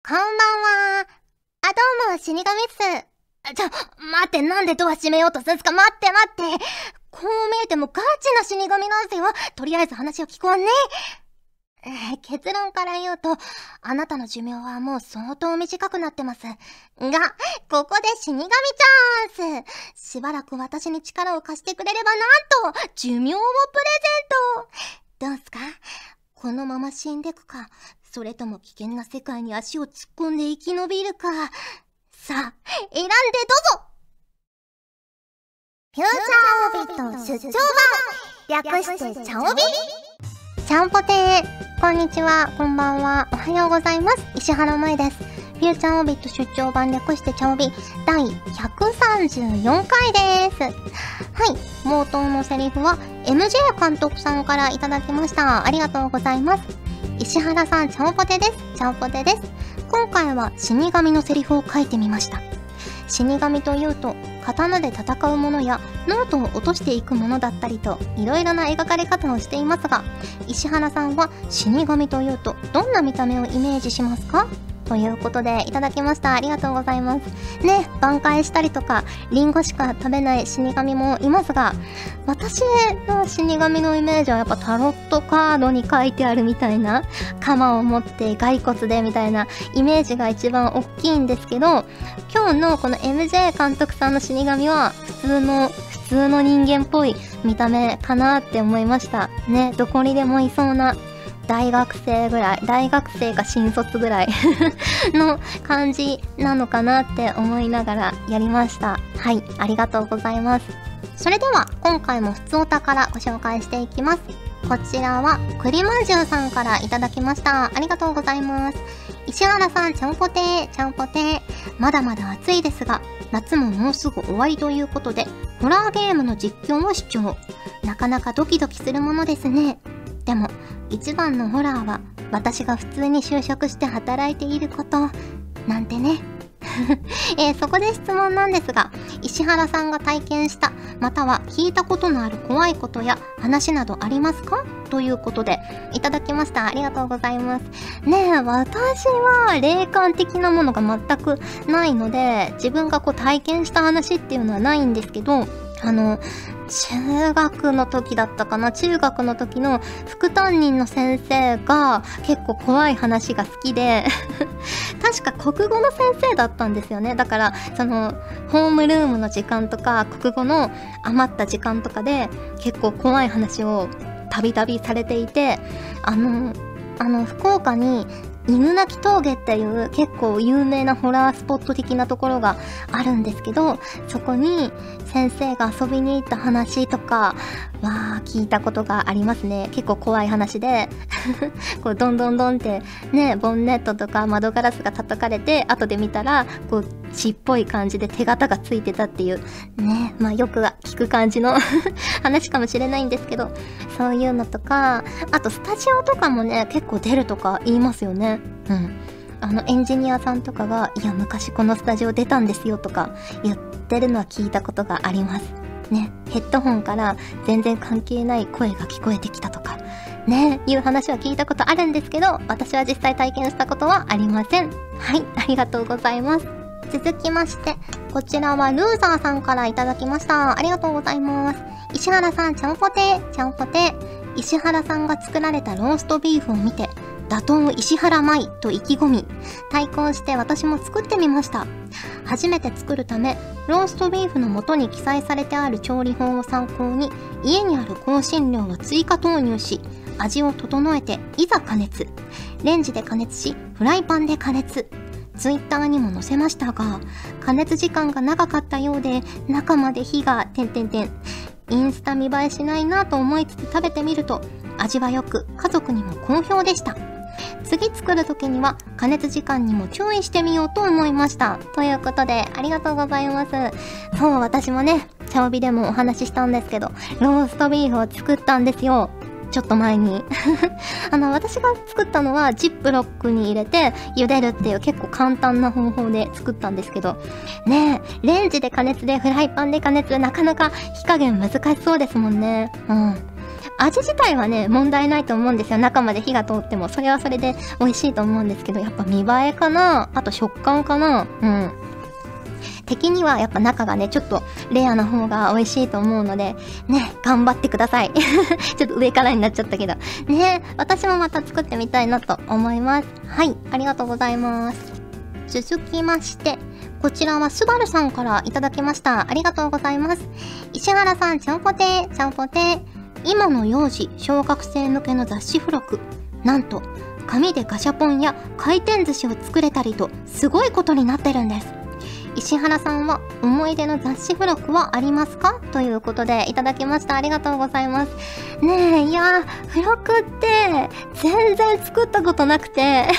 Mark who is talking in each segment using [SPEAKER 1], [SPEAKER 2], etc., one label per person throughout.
[SPEAKER 1] こんばんは。あ、どうも、死神っす。待って、なんでドア閉めようとすんすか。待って。こう見えてもガチな死神なんすよ。とりあえず話を聞こうね。結論から言うと、あなたの寿命はもう相当短くなってます。が、ここで死神チャンス。しばらく私に力を貸してくれればなんと、寿命をプレゼント。どうすか？このまま死んでくか、それとも危険な世界に足を突っ込んで生き延びるか。さあ、選んでどうぞ。フューチャーオビット出張版、略してチャオビ。ちゃんぽてー、こんにちは、こんばんは、おはようございます。石原舞です。フューチャーオビット出張版略してチャオビ第134回です。はい、冒頭のセリフは MJ 監督さんからいただきました。ありがとうございます。石原さん、ちゃんぽてです。ちゃんぽてです。今回は死神のセリフを書いてみました。死神というと刀で戦うものやノートを落としていくものだったりといろいろな描かれ方をしていますが、石原さんは死神というとどんな見た目をイメージしますか？ということでいただきました。ありがとうございます。ね、挽回したりとかリンゴしか食べない死神もいますが、私の死神のイメージはやっぱタロットカードに書いてあるみたいな、鎌を持って骸骨でみたいなイメージが一番大きいんですけど、今日のこの MJ 監督さんの死神は普通の人間っぽい見た目かなって思いましたね。どこにでもいそうな大学生か新卒ぐらいの感じなのかなって思いながらやりました。はい、ありがとうございます。それでは今回もふつおたからご紹介していきます。こちらは栗まんじゅうさんからいただきました。ありがとうございます。石原さん、ちゃんぽてー、ちゃんぽてー。まだまだ暑いですが、夏ももうすぐ終わりということで、ホラーゲームの実況を視聴。なかなかドキドキするものですね。でも、一番のホラーは、私が普通に就職して働いていること、なんてね。そこで質問なんですが、石原さんが体験した、または聞いたことのある怖いことや話などありますか？ということで、いただきました。ありがとうございます。ねえ、私は霊感的なものが全くないので、自分が体験した話っていうのはないんですけど、中学の時だったかな、中学の時の副担任の先生が結構怖い話が好きで確か国語の先生だったんですよね。だからホームルームの時間とか国語の余った時間とかで結構怖い話をたびたびされていて、福岡に犬鳴峠っていう結構有名なホラースポット的なところがあるんですけど、そこに先生が遊びに行った話とかは聞いたことがありますね。結構怖い話でどんどんってね、ボンネットとか窓ガラスが叩かれて、後で見たら血っぽい感じで手形がついてたっていうね、よく聞く感じの話かもしれないんですけど、そういうのとか、あとスタジオとかもね結構出るとか言いますよね。エンジニアさんとかが、いや昔このスタジオ出たんですよとか言ってるのは聞いたことがありますね。ヘッドホンから全然関係ない声が聞こえてきたとかね、いう話は聞いたことあるんですけど、私は実際体験したことはありません。はい、ありがとうございます。続きまして、こちらはルーザーさんからいただきました。ありがとうございます。石原さん、ちゃんぽてー、ちゃんぽてー。石原さんが作られたローストビーフを見て、打倒石原舞と意気込み、対抗して私も作ってみました。初めて作るため、ローストビーフの元に記載されてある調理法を参考に、家にある香辛料を追加投入し、味を整えて、いざ加熱。レンジで加熱し、フライパンで加熱。ツイッターにも載せましたが、加熱時間が長かったようで、中まで火が、インスタ見栄えしないなと思いつつ食べてみると、味は良く、家族にも好評でした。次作る時には加熱時間にも注意してみようと思いました。ということで、ありがとうございます。そう、私もね、チャオビでもお話ししたんですけど、ローストビーフを作ったんですよ。ちょっと前に私が作ったのはジップロックに入れて茹でるっていう結構簡単な方法で作ったんですけどね、レンジで加熱でフライパンで加熱、なかなか火加減難しそうですもんね。 味自体はね、問題ないと思うんですよ。中まで火が通っても。それはそれで美味しいと思うんですけど、やっぱ見栄えかな、あと食感かな。的にはやっぱ中がね、ちょっとレアな方が美味しいと思うので、ね、頑張ってください。ちょっと上からになっちゃったけど。ね、私もまた作ってみたいなと思います。はい、ありがとうございます。続きまして、こちらはスバルさんからいただきました。ありがとうございます。石原さん、ちゃんぽてー、ちゃんぽてー。今の幼児、小学生向けの雑誌付録。なんと、紙でガシャポンや回転寿司を作れたりと、すごいことになってるんです。石原さんは思い出の雑誌付録はありますかということでいただきました。ありがとうございます。ねえ、いやー、付録って全然作ったことなくて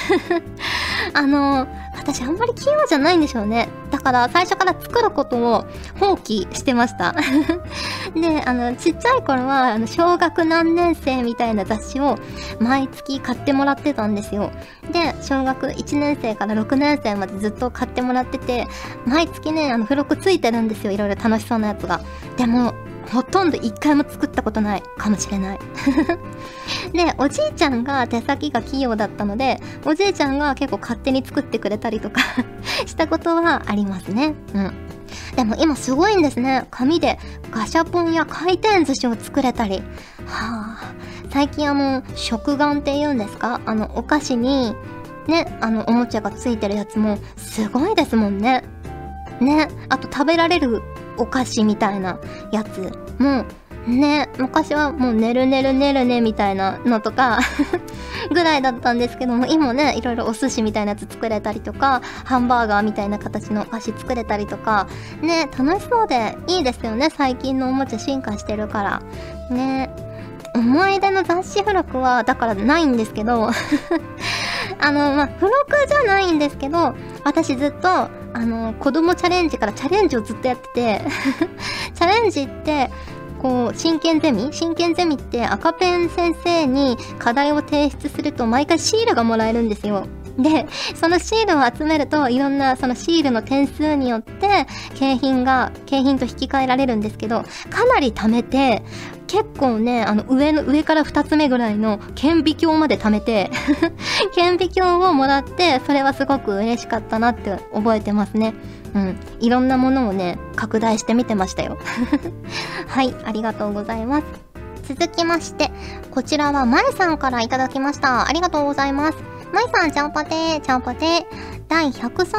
[SPEAKER 1] 私あんまり器用じゃないんでしょうね。だから最初から作ることを放棄してましたで、ちっちゃい頃は小学何年生みたいな雑誌を毎月買ってもらってたんですよ。で、小学1年生から6年生までずっと買ってもらってて、毎月ね、付録ついてるんですよ。いろいろ楽しそうなやつが。でもほとんど一回も作ったことないかもしれないで、おじいちゃんが手先が器用だったので、おじいちゃんが結構勝手に作ってくれたりとかしたことはありますね。でも今すごいんですね。紙でガシャポンや回転寿司を作れたり。最近食玩って言うんですか？お菓子にね、おもちゃがついてるやつもすごいですもんね。ね、あと食べられるお菓子みたいなやつもね、昔はもうねるねるねるねみたいなのとかぐらいだったんですけども、今ね、いろいろお寿司みたいなやつ作れたりとか、ハンバーガーみたいな形のお菓子作れたりとかね、楽しそうでいいですよね。最近のおもちゃ進化してるからね。思い出の雑誌付録はだからないんですけど付録じゃないんですけど、私ずっと子供チャレンジからチャレンジをずっとやっててチャレンジってこう真剣ゼミって赤ペン先生に課題を提出すると毎回シールがもらえるんですよ。で、そのシールを集めるといろんなそのシールの点数によって景品と引き換えられるんですけど、かなり貯めて、結構ね、上から2つ目ぐらいの顕微鏡まで貯めて顕微鏡をもらって、それはすごく嬉しかったなって覚えてますね。いろんなものをね、拡大して見てましたよはい、ありがとうございます。続きまして、こちらはまえさんからいただきました。ありがとうございます。まいさん、ちゃんぽてー、ちゃんぽてー。第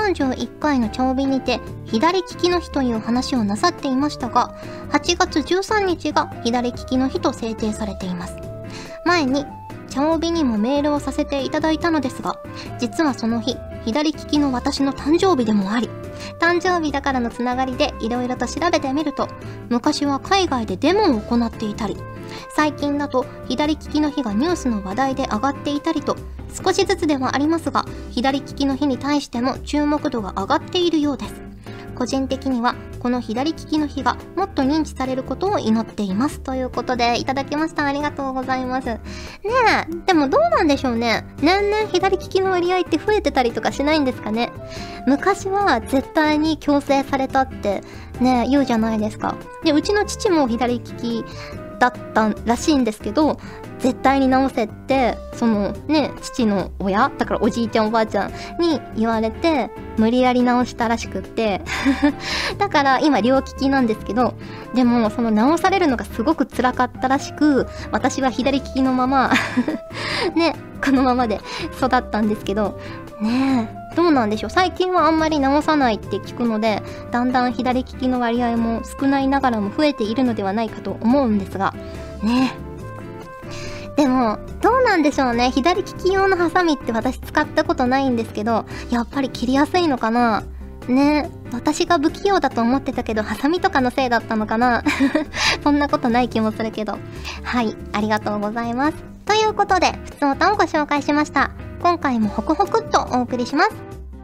[SPEAKER 1] 131回の長尾にて、左利きの日という話をなさっていましたが、8月13日が左利きの日と制定されています。前に、長尾にもメールをさせていただいたのですが、実はその日、左利きの私の誕生日でもあり、誕生日だからのつながりでいろいろと調べてみると、昔は海外でデモを行っていたり、最近だと左利きの日がニュースの話題で上がっていたりと、少しずつではありますが、左利きの日に対しても注目度が上がっているようです。個人的にはこの左利きの日がもっと認知されることを祈っていますということでいただきました。ありがとうございます。ねえ、でもどうなんでしょうね。年々左利きの割合って増えてたりとかしないんですかね。昔は絶対に強制されたってね言うじゃないですか。で、うちの父も左利きだったらしいんですけど、絶対に直せってそのね、父の親だからおじいちゃんおばあちゃんに言われて無理やり直したらしくってだから今両利きなんですけど、でもその直されるのがすごく辛かったらしく、私は左利きのままね、このままで育ったんですけどね。どうなんでしょう。最近はあんまり直さないって聞くので、だんだん左利きの割合も少ないながらも増えているのではないかと思うんですがね。でもどうなんでしょうね。左利き用のハサミって私使ったことないんですけど、やっぱり切りやすいのかなね。私が不器用だと思ってたけど、ハサミとかのせいだったのかなそんなことない気もするけど。はい、ありがとうございます。ということで、ふつおたをご紹介しました。今回もホクホクっとお送りします。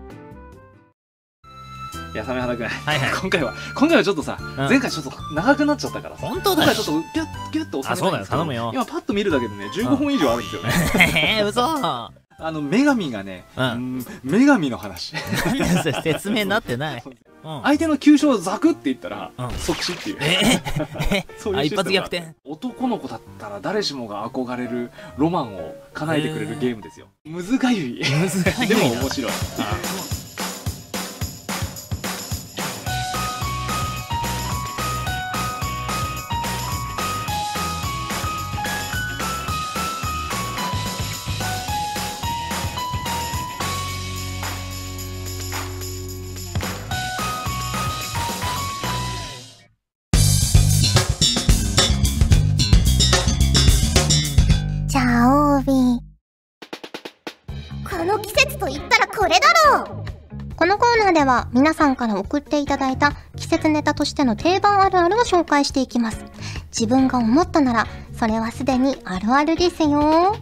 [SPEAKER 2] いや、サメ肌くん、今回はちょっとさ、前回ちょっと長くなっちゃったからさ、
[SPEAKER 3] 本当だよ。
[SPEAKER 2] 今回ちょっとギュッと収めたいんですけど、
[SPEAKER 3] そうだよ、頼むよ。
[SPEAKER 2] 今パッと見るだけでね、15本以上あるんですよね。
[SPEAKER 3] 嘘。
[SPEAKER 2] 女神がね、女神の話。
[SPEAKER 3] 説明になってない。
[SPEAKER 2] 相手の急所をザクっていったら即死っていう、そういうシステムが
[SPEAKER 3] 一発逆転。
[SPEAKER 2] 男の子だったら誰しもが憧れるロマンを叶えてくれるゲームですよ。むずがゆいでも面白い。
[SPEAKER 1] チャオビ。この季節と言ったらこれだろう。このコーナーでは皆さんから送っていただいた季節ネタとしての定番あるあるを紹介していきます。自分が思ったならそれはすでにあるあるですよ。はい、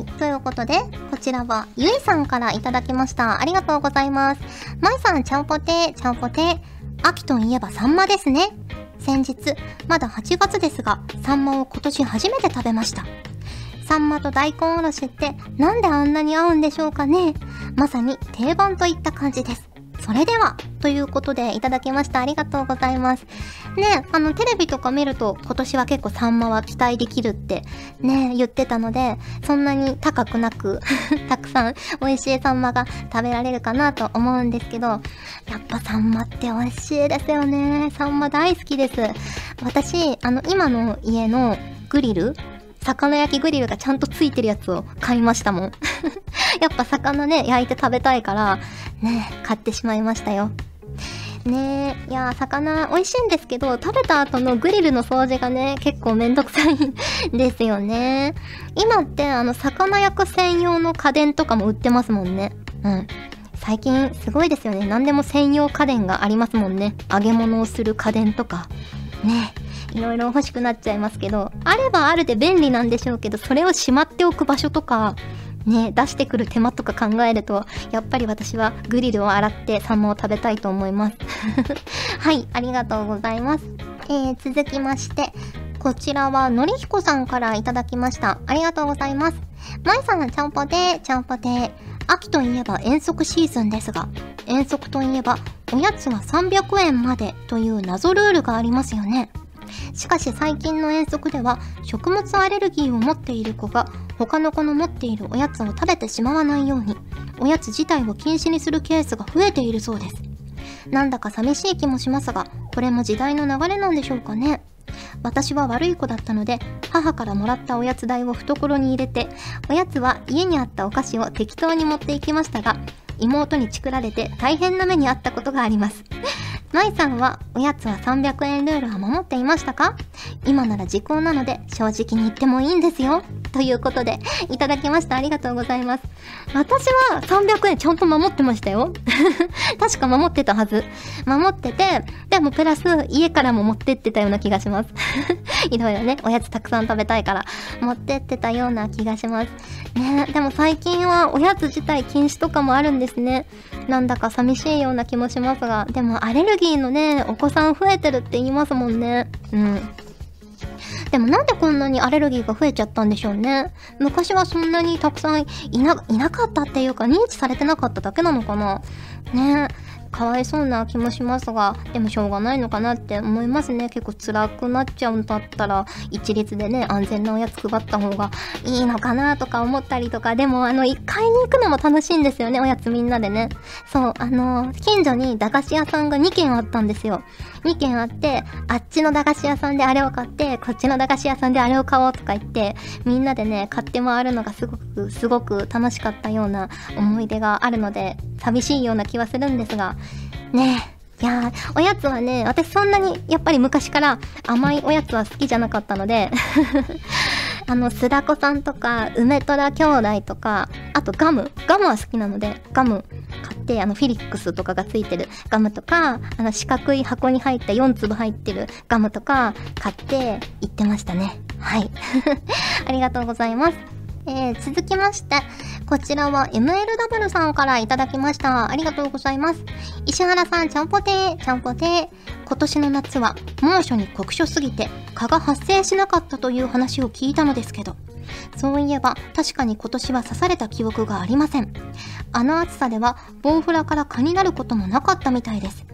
[SPEAKER 1] ということでこちらはゆいさんからいただきました。ありがとうございます。まいさん、ちゃんぽてー、ちゃんぽてー。秋といえばサンマですね。先日まだ8月ですがサンマを今年初めて食べました。サンマと大根おろしってなんであんなに合うんでしょうかね。まさに定番といった感じです。それではということでいただきました。ありがとうございますね。テレビとか見ると今年は結構サンマは期待できるってね言ってたので、そんなに高くなくたくさん美味しいサンマが食べられるかなと思うんですけど、やっぱサンマって美味しいですよね。サンマ大好きです。私今の家のグリル、魚焼きグリルがちゃんとついてるやつを買いましたもんやっぱ魚ね焼いて食べたいからね買ってしまいましたよね。いやー、魚美味しいんですけど食べた後のグリルの掃除がね結構めんどくさいんですよね。今って魚焼く専用の家電とかも売ってますもんね。最近すごいですよね。何でも専用家電がありますもんね。揚げ物をする家電とかね、いろいろ欲しくなっちゃいますけど、あればあるで便利なんでしょうけど、それをしまっておく場所とかね、出してくる手間とか考えるとやっぱり私はグリルを洗ってサンマを食べたいと思いますはい、ありがとうございます。続きましてこちらはのりひこさんからいただきました。ありがとうございます。まいさん、ちゃんぽてー、ちゃんぽてー。秋といえば遠足シーズンですが、遠足といえばおやつは300円までという謎ルールがありますよね。しかし最近の遠足では食物アレルギーを持っている子が他の子の持っているおやつを食べてしまわないようにおやつ自体を禁止にするケースが増えているそうです。なんだか寂しい気もしますが、これも時代の流れなんでしょうかね。私は悪い子だったので母からもらったおやつ代を懐に入れて、おやつは家にあったお菓子を適当に持っていきましたが、妹にチクられて大変な目にあったことがありますまいさんはおやつは300円ルールは守っていましたか？今なら時効なので正直に言ってもいいんですよ。ということでいただきました。ありがとうございます。私は300円ちゃんと守ってましたよ確か守ってたはず。守ってて、でもプラス家からも持ってってたような気がしますいろいろね、おやつたくさん食べたいから持ってってたような気がしますね。でも最近はおやつ自体禁止とかもあるんですね。なんだか寂しいような気もしますが、でもアレルギーのねお子さん増えてるって言いますもんね。でもなんでこんなにアレルギーが増えちゃったんでしょうね。昔はそんなにたくさんいなかったっていうか、認知されてなかっただけなのかなね。かわいそうな気もしますが、でもしょうがないのかなって思いますね。結構辛くなっちゃうんだったら一律でね安全なおやつ配った方がいいのかなとか思ったりとか。でも買いに行くのも楽しいんですよね、おやつみんなでね。そう近所に駄菓子屋さんが2軒あったんですよ。2軒あって、あっちの駄菓子屋さんであれを買ってこっちの駄菓子屋さんであれを買おうとか言ってみんなでね買って回るのがすごく楽しかったような思い出があるので、寂しいような気はするんですがね。いやー、おやつはね、私そんなにやっぱり昔から甘いおやつは好きじゃなかったので須田子さんとか梅虎兄弟とか、あとガムは好きなのでガム買って、フィリックスとかがついてるガムとか、四角い箱に入った4粒入ってるガムとか買って行ってましたね。はいありがとうございます。続きましてこちらは MLW さんからいただきました。ありがとうございます。石原さん、ちゃんぽてー、ちゃんぽてー。今年の夏は猛暑に酷暑すぎて蚊が発生しなかったという話を聞いたのですけど、そういえば確かに今年は刺された記憶がありません。あの暑さではボウフラから蚊になることもなかったみたいです。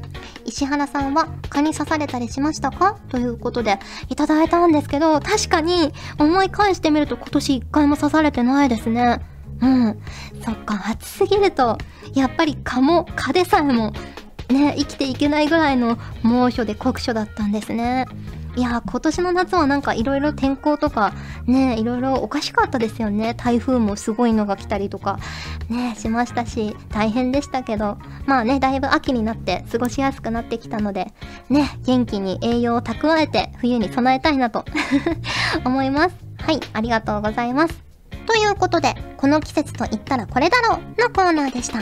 [SPEAKER 1] 石原さんは蚊に刺されたりしましたかということでいただいたんですけど、確かに思い返してみると今年1回も刺されてないですね。そっか、暑すぎるとやっぱり蚊でさえもね、生きていけないぐらいの猛暑で酷暑だったんですね。いや、今年の夏はなんかいろいろ天候とかね、いろいろおかしかったですよね。台風もすごいのが来たりとかね、しましたし、大変でしたけど、まあね、だいぶ秋になって過ごしやすくなってきたのでね、元気に栄養を蓄えて冬に備えたいなと思います。はい、ありがとうございます。ということで、この季節と言ったらこれだろうのコーナーでした。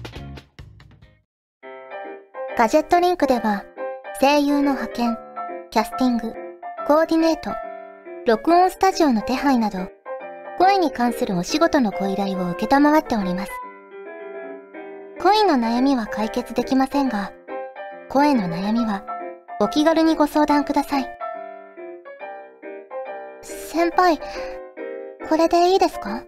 [SPEAKER 1] ガジェットリンクでは声優の派遣、キャスティング、コーディネート、録音スタジオの手配など、声に関するお仕事のご依頼を受けたまわっております。恋の悩みは解決できませんが、声の悩みはお気軽にご相談ください。先輩、これでいいですか？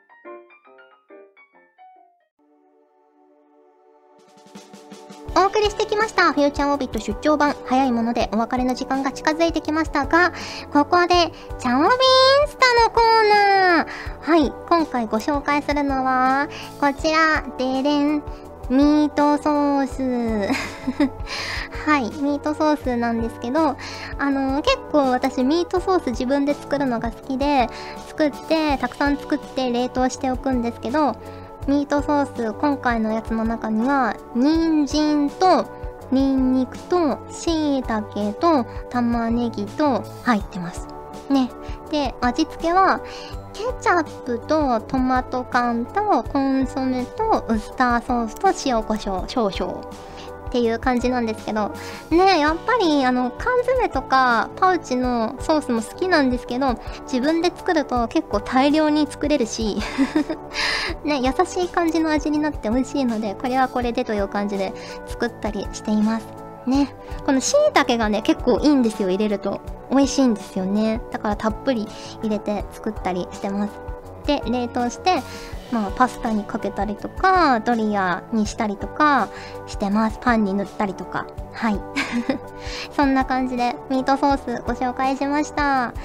[SPEAKER 1] お送りしてきましたフューチャーオービット出張版、早いものでお別れの時間が近づいてきましたが、ここでチャオビインスタのコーナー。はい、今回ご紹介するのはこちら、ででん、ミートソースはい、ミートソースなんですけど、結構私ミートソース自分で作るのが好きで、たくさん作って冷凍しておくんですけど、ミートソース、今回のやつの中には人参とニンニクと椎茸と玉ねぎと入ってますね。で、味付けはケチャップとトマト缶とコンソメとウスターソースと塩コショウ少々っていう感じなんですけどね。やっぱり缶詰とかパウチのソースも好きなんですけど、自分で作ると結構大量に作れるしね、優しい感じの味になって美味しいので、これはこれでという感じで作ったりしていますね。この椎茸がね、結構いいんですよ。入れると美味しいんですよね。だからたっぷり入れて作ったりしてます。で、冷凍して、パスタにかけたりとか、ドリアにしたりとかしてます。パンに塗ったりとか。はい。そんな感じでミートソースご紹介しました。はい。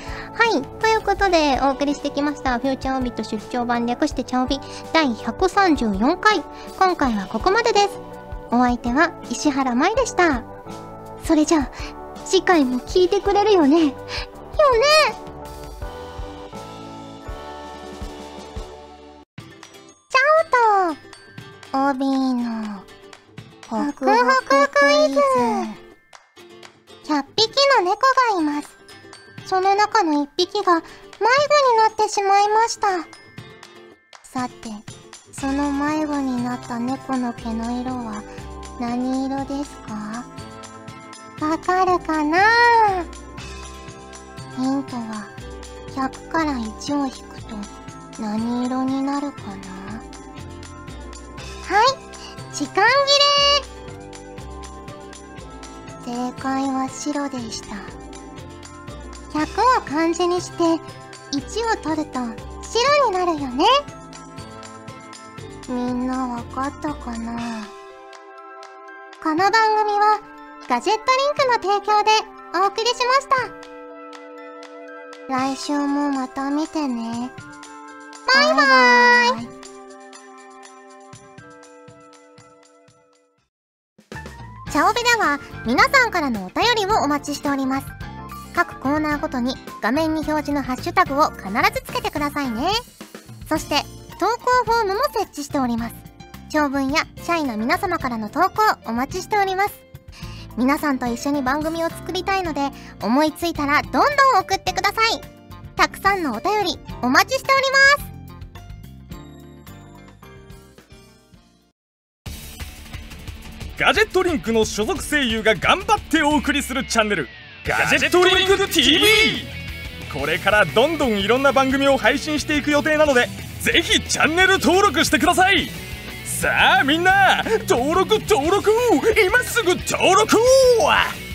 [SPEAKER 1] ということでお送りしてきましたフューチャーオービット出張版、略してチャオビ第134回。今回はここまでです。お相手は石原舞でした。それじゃあ、次回も聞いてくれるよね。よね。OB のホクホククイズ。100匹の猫がいます。その中の1匹が迷子になってしまいました。さて、その迷子になった猫の毛の色は何色ですか？わかるかな？ヒントは100から1を引くと何色になるかな？はい、時間切れ。正解は白でした。100を漢字にして1を取ると白になるよね。みんなわかったかな？この番組はガジェットリンクの提供でお送りしました。来週もまた見てね。バイバーイ。チャオベでは皆さんからのお便りをお待ちしております。各コーナーごとに画面に表示のハッシュタグを必ずつけてくださいね。そして投稿フォームも設置しております。長文や社員の皆様からの投稿お待ちしております。皆さんと一緒に番組を作りたいので、思いついたらどんどん送ってください。たくさんのお便りお待ちしております。
[SPEAKER 3] ガジェットリンクの所属声優が頑張ってお送りするチャンネル、ガジェットリンク TV。 これからどんどんいろんな番組を配信していく予定なので、ぜひチャンネル登録してください。さあみんな、登録今すぐ登録。